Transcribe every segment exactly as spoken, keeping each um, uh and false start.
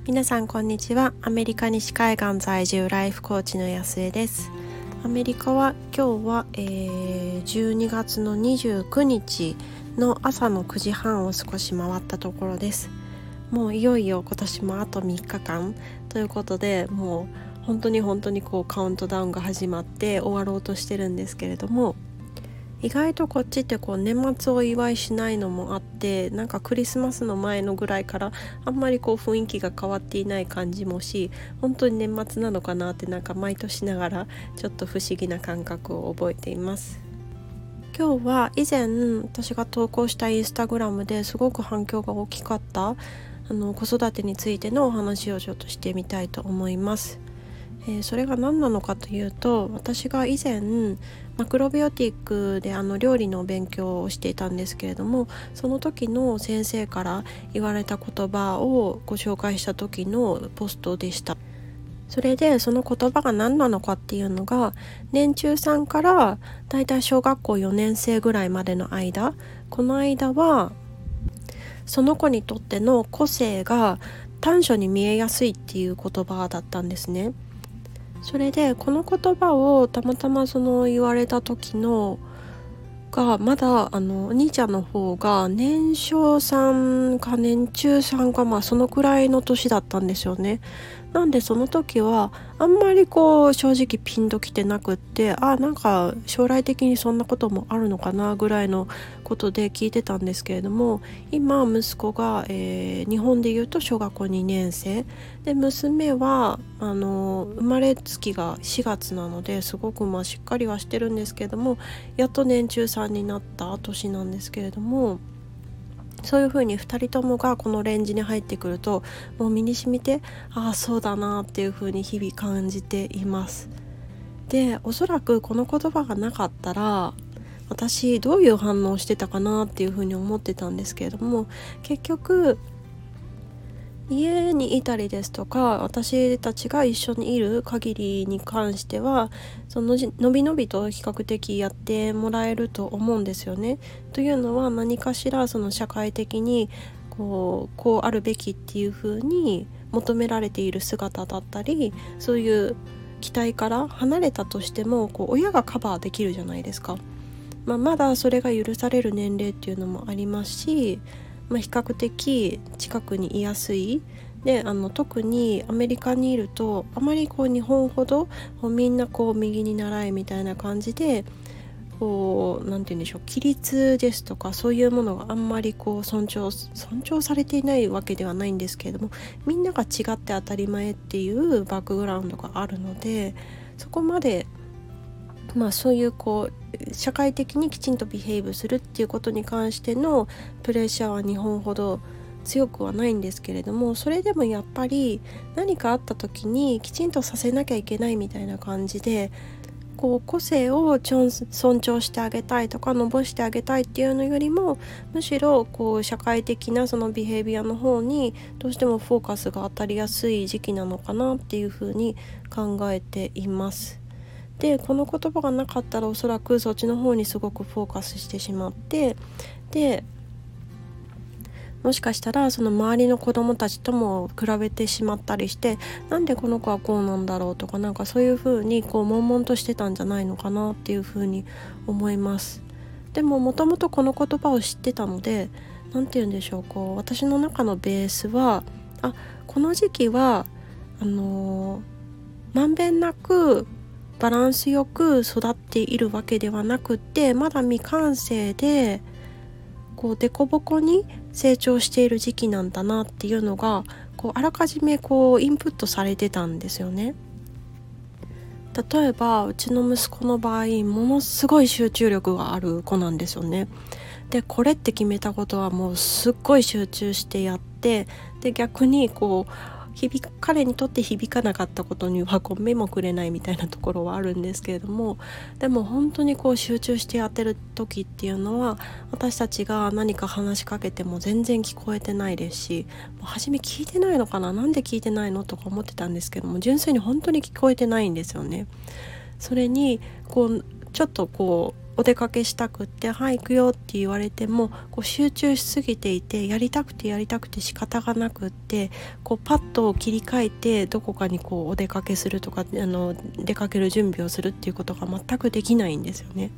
皆さんこんにちは。アメリカ西海岸在住ライフコーチの安江です。アメリカは今日は、えー、じゅうにがつのにじゅうくにちの朝のくじはんを少し回ったところです。もういよいよ今年もあとみっかかんということで、もう本当に本当にこうカウントダウンが始まって終わろうとしてるんですけれども、意外とこっちってこう年末をお祝いしないのもあって、なんかクリスマスの前のぐらいからあんまりこう雰囲気が変わっていない感じもし、本当に年末なのかなってなんか毎年ながらちょっと不思議な感覚を覚えています。今日は以前私が投稿したインスタグラムですごく反響が大きかったあの子育てについてのお話をちょっとしてみたいと思います。えー、それが何なのかというと、私が以前マクロビオティックであの料理の勉強をしていたんですけれども、その時の先生から言われた言葉をご紹介した時のポストでした。それでその言葉が何なのかっていうのが、年中さんからだいたい小学校よねんせいぐらいまでの間、この間はその子にとっての個性が短所に見えやすいっていう言葉だったんですね。それでこの言葉をたまたまその言われた時のが、まだあのお兄ちゃんの方が年少さんか年中さんか、まあそのくらいの年だったんですよね。なんでその時はあんまりこう正直ピンときてなくって、あなんか将来的にそんなこともあるのかなぐらいのことで聞いてたんですけれども、今息子が、えー、日本でいうと小学校にねんせいで、娘はあの生まれつきがしがつなので、すごくまあしっかりはしてるんですけれども、やっと年中さんになった年なんですけれども、そういう風にふたりともがこのレンジに入ってくると、もう身に染みて、ああそうだなっていう風に日々感じています。で、おそらくこの言葉がなかったら私どういう反応をしてたかなっていう風に思ってたんですけれども、結局家にいたりですとか、私たちが一緒にいる限りに関しては、そののびのびと比較的やってもらえると思うんですよね。というのは、何かしらその社会的にこう、こうあるべきっていう風に求められている姿だったり、そういう期待から離れたとしてもこう親がカバーできるじゃないですか。まあ、まだそれが許される年齢っていうのもありますし、まあ、比較的近くにいやすいで、あの特にアメリカにいるとあまりこう日本ほどこうみんなこう右に習いみたいな感じで、こうなんて言うんでしょう、規律ですとかそういうものがあんまりこう尊重尊重されていないわけではないんですけれども、みんなが違って当たり前っていうバックグラウンドがあるので、そこまでまあそういうこう社会的にきちんとビヘイブするっていうことに関してのプレッシャーは日本ほど強くはないんですけれども、それでもやっぱり何かあった時にきちんとさせなきゃいけないみたいな感じで、こう個性を尊重してあげたいとか伸ばしてあげたいっていうのよりも、むしろこう社会的なそのビヘイビアの方にどうしてもフォーカスが当たりやすい時期なのかなっていうふうに考えています。で、この言葉がなかったらおそらくそっちの方にすごくフォーカスしてしまって、でもしかしたらその周りの子供たちとも比べてしまったりして、なんでこの子はこうなんだろうとか、なんかそういう風にこう悶々としてたんじゃないのかなっていう風に思います。でももともとこの言葉を知ってたので、なんて言うんでしょう、こう私の中のベースは、あこの時期はあのー、まんべんなくバランスよく育っているわけではなくって、まだ未完成でこうデコボコに成長している時期なんだなっていうのが、こうあらかじめこうインプットされてたんですよね。例えばうちの息子の場合、ものすごい集中力がある子なんですよね。でこれって決めたことはもうすっごい集中してやって、で逆にこう響彼にとって響かなかったことにはこう目もくれないみたいなところはあるんですけれども、でも本当にこう集中してやってる時っていうのは、私たちが何か話しかけても全然聞こえてないですし、もう初め聞いてないのかな、なんで聞いてないのとか思ってたんですけども、純粋に本当に聞こえてないんですよね。それにこうちょっとこお出かけしたくってはい行くよって言われてもこう集中しすぎていてやりたくてやりたくて仕方がなくってこうパッと切り替えてどこかにこうお出かけするとかあの出かける準備をするっていうことが全くできないんですよね。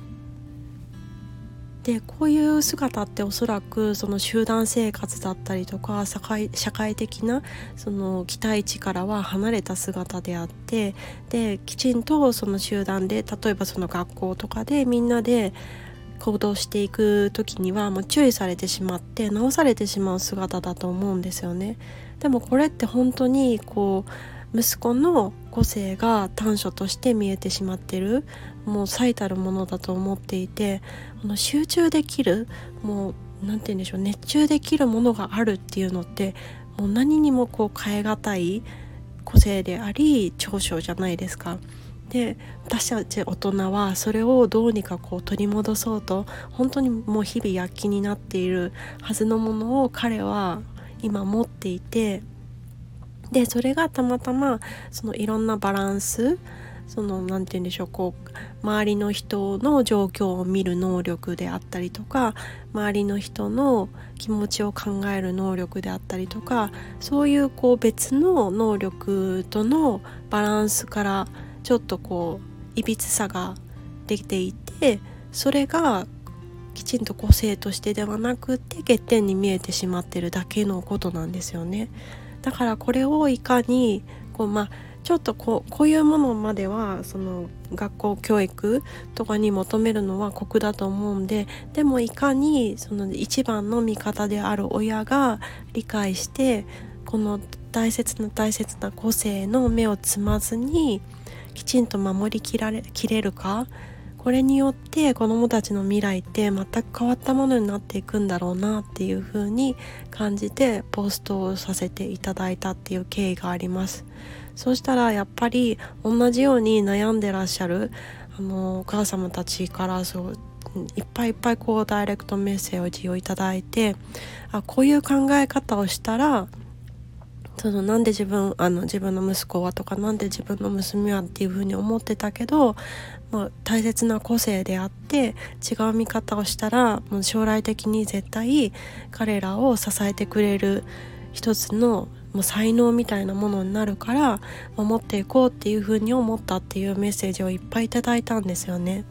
でこういう姿っておそらくその集団生活だったりとか社会、社会的なその期待値からは離れた姿であって、できちんとその集団で例えばその学校とかでみんなで行動していく時にはもう注意されてしまって直されてしまう姿だと思うんですよね。でもこれって本当にこう息子の個性が短所として見えてしまってるもう最たるものだと思っていて、この集中できるもうなんて言うんでしょう熱中できるものがあるっていうのってもう何にもこう変え難い個性であり長所じゃないですか。で私たち大人はそれをどうにかこう取り戻そうと本当にもう日々躍起になっているはずのものを彼は今持っていて、でそれがたまたまそのいろんなバランスそのなんて言うんでしょうこう周りの人の状況を見る能力であったりとか周りの人の気持ちを考える能力であったりとかそういうこう別の能力とのバランスからちょっとこういびつさができていて、それがきちんと個性としてではなくて欠点に見えてしまっているだけのことなんですよね。だからこれをいかにこう、まあ、ちょっとこう、こういうものまではその学校教育とかに求めるのは酷だと思うんで、でもいかにその一番の味方である親が理解してこの大切な大切な個性の目をつまずにきちんと守りきられ、きれるか、これによって子どもたちの未来って全く変わったものになっていくんだろうなっていう風に感じてポストをさせていただいたっていう経緯があります。そうしたらやっぱり同じように悩んでらっしゃるあのお母様たちからそういっぱいいっぱいこうダイレクトメッセージをいただいて、あこういう考え方をしたらそのなんで自分あの自分の息子はとかなんで自分の娘はっていう風に思ってたけど、まあ、大切な個性であって違う見方をしたらもう将来的に絶対彼らを支えてくれる一つのもう才能みたいなものになるから守っていこうっていう風に思ったっていうメッセージをいっぱいいただいたんですよね。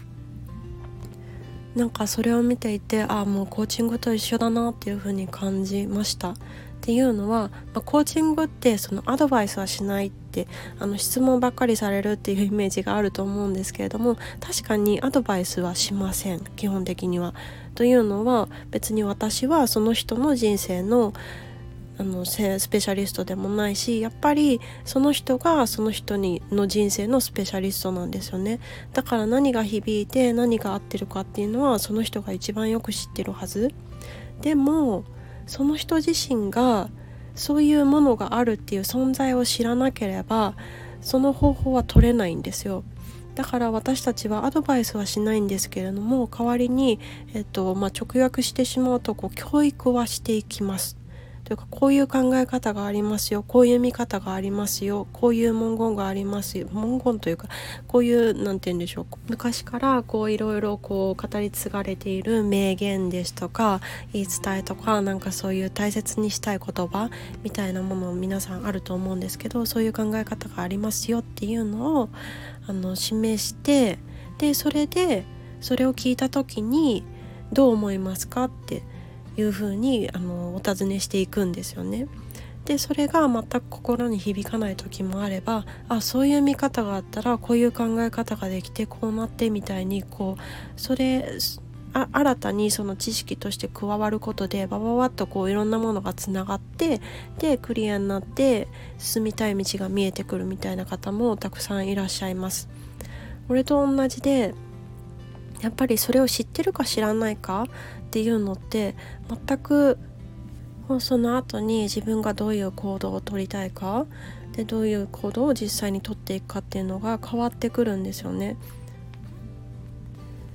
なんかそれを見ていてあもうコーチングと一緒だなっていう風に感じました。っていうのは、まあ、コーチングってそのアドバイスはしないってあの質問ばっかりされるっていうイメージがあると思うんですけれども、確かにアドバイスはしません基本的には。というのは別に私はその人の人生のあのスペシャリストでもないし、やっぱりその人がその人にの人生のスペシャリストなんですよね。だから何が響いて何が合ってるかっていうのはその人が一番よく知ってるはず。でもその人自身がそういうものがあるっていう存在を知らなければその方法は取れないんですよ。だから私たちはアドバイスはしないんですけれども、代わりに、えっとまあ、直訳してしまうとこう教育はしていきます。というかこういう考え方がありますよ、こういう見方がありますよ、こういう文言がありますよ、文言というかこういうなんて言うんでしょう、昔からこういろいろこう語り継がれている名言ですとか言い伝えとかなんかそういう大切にしたい言葉みたいなものを皆さんあると思うんですけど、そういう考え方がありますよっていうのをあの示して、でそれでそれを聞いた時にどう思いますかっていう風にあのお尋ねしていくんですよね。でそれが全く心に響かない時もあれば、あそういう見方があったらこういう考え方ができてこうなってみたいにこうそれあ新たにその知識として加わることでバババッとこういろんなものがつながってでクリアになって進みたい道が見えてくるみたいな方もたくさんいらっしゃいます。これと同じでやっぱりそれを知ってるか知らないかっていうのって全くその後に自分がどういう行動を取りたいかでどういう行動を実際に取っていくかっていうのが変わってくるんですよね。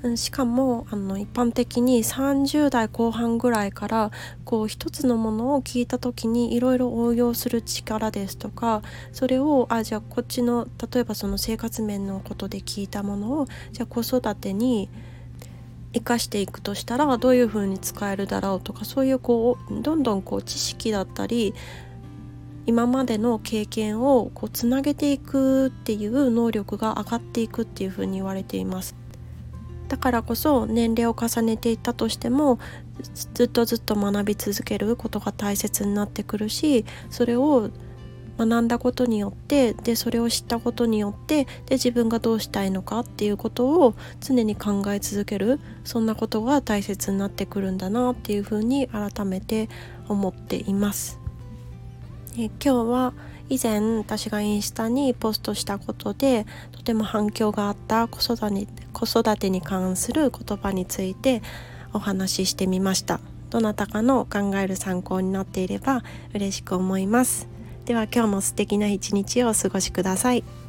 うん、しかもあの一般的にさんじゅう代後半ぐらいからこう一つのものを聞いた時にいろいろ応用する力ですとか、それをあじゃあこっちの例えばその生活面のことで聞いたものをじゃあ子育てに生かしていくとしたらどういう風に使えるだろうとか、そういうこうどんどんこう知識だったり今までの経験をこうつなげていくっていう能力が上がっていくっていう風に言われています。だからこそ年齢を重ねていったとしてもずっとずっと学び続けることが大切になってくるし、それを学んだことによってでそれを知ったことによってで自分がどうしたいのかっていうことを常に考え続ける、そんなことが大切になってくるんだなっていうふうに改めて思っています。え今日は以前私がインスタにポストしたことでとても反響があった子育て、子育てに関する言葉についてお話ししてみました。どなたかの考える参考になっていれば嬉しく思います。では今日も素敵な一日をお過ごしください。